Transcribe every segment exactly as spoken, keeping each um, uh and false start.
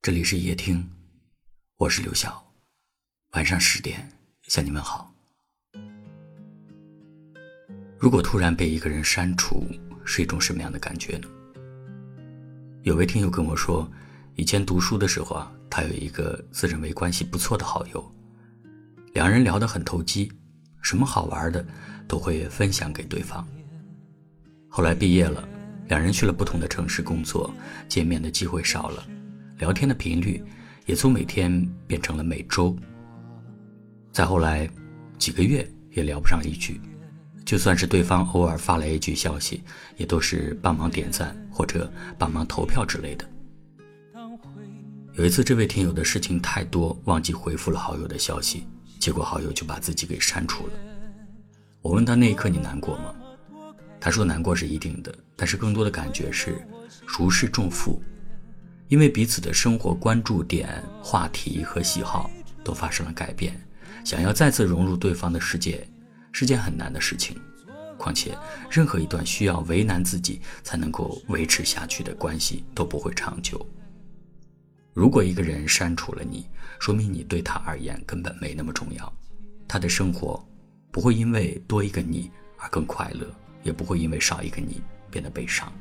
这里是夜听，我是刘晓，晚上十点向你们好。如果突然被一个人删除，是一种什么样的感觉呢？有位听友跟我说，以前读书的时候啊，他有一个自认为关系不错的好友，两人聊得很投机，什么好玩的都会分享给对方。后来毕业了，两人去了不同的城市工作，见面的机会少了，聊天的频率也从每天变成了每周。再后来几个月也聊不上一句，就算是对方偶尔发来一句消息，也都是帮忙点赞或者帮忙投票之类的。有一次这位听友的事情太多，忘记回复了好友的消息，结果好友就把自己给删除了。我问他那一刻你难过吗？他说难过是一定的，但是更多的感觉是如释重负，因为彼此的生活关注点、话题和喜好都发生了改变，想要再次融入对方的世界是件很难的事情。况且任何一段需要为难自己才能够维持下去的关系都不会长久。如果一个人删除了你，说明你对他而言根本没那么重要，他的生活不会因为多一个你而更快乐，也不会因为少一个你变得悲伤。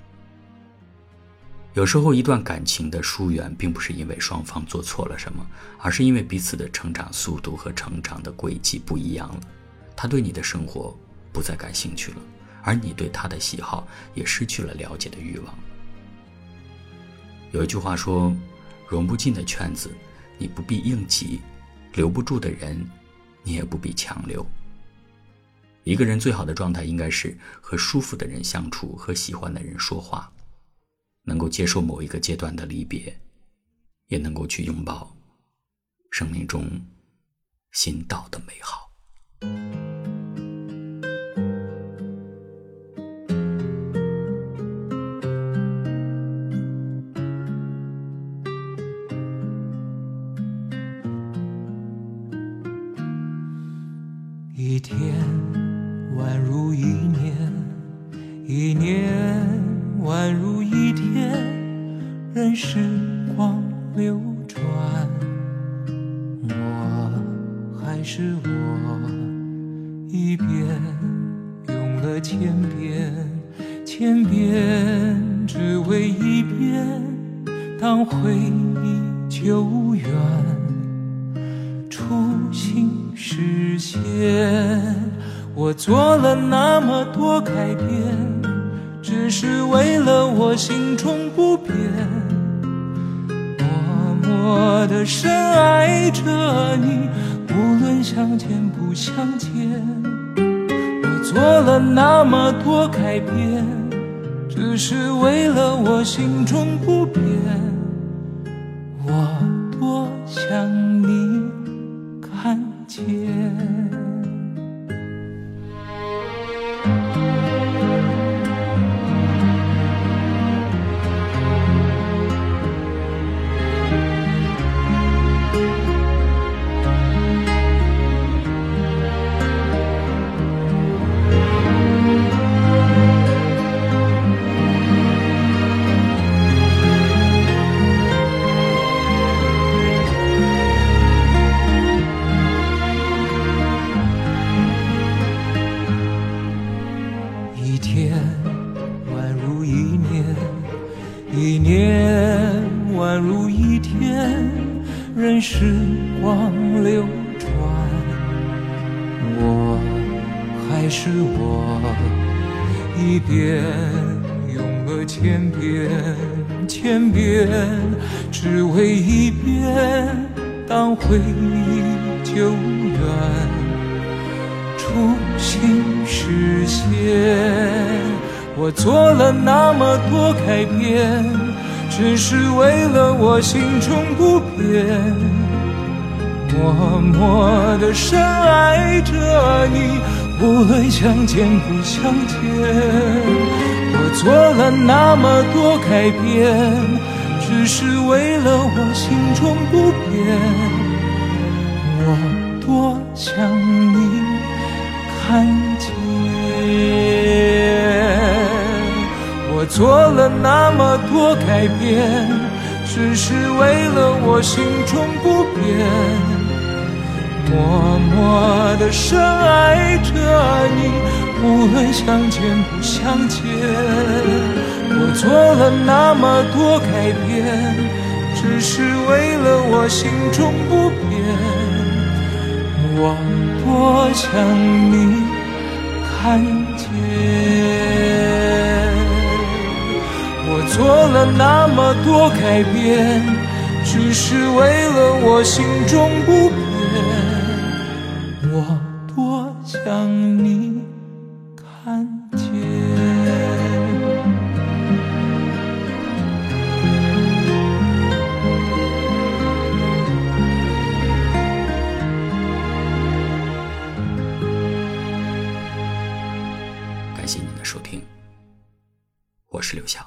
有时候一段感情的疏远并不是因为双方做错了什么，而是因为彼此的成长速度和成长的轨迹不一样了，他对你的生活不再感兴趣了，而你对他的喜好也失去了了解的欲望。有一句话说，融不进的圈子你不必硬挤，留不住的人你也不必强留。一个人最好的状态应该是和舒服的人相处，和喜欢的人说话，能够接受某一个阶段的离别，也能够去拥抱生命中新到的美好。 一天宛如一年，一年宛如一天，任时光流转，我还是我，一遍用了千遍，千遍只为一遍，当回忆久远，初心实现。我做了那么多改变，只是为了我心中不变，默默地深爱着你，无论相见不相见。我做了那么多改变，只是为了我心中不变，我多想你看见。一天宛如一年，一年宛如一天，任时光流转，我还是我，一遍用了千遍，千遍只为一遍，当回忆久远，初心实现。我做了那么多改变，只是为了我心中不变，默默地深爱着你，无论相见不相见。我做了那么多改变，只是为了我心中不变，我多想你看见。我做了那么多改变，只只是为了我心中不变，默默地深爱着你，无论相见不相见。我做了那么多改变，只是为了我心中不变。我多想你看见。我做了那么多改变，只是为了我心中不变。我多想你看见。 感谢您的收听，我是刘晓。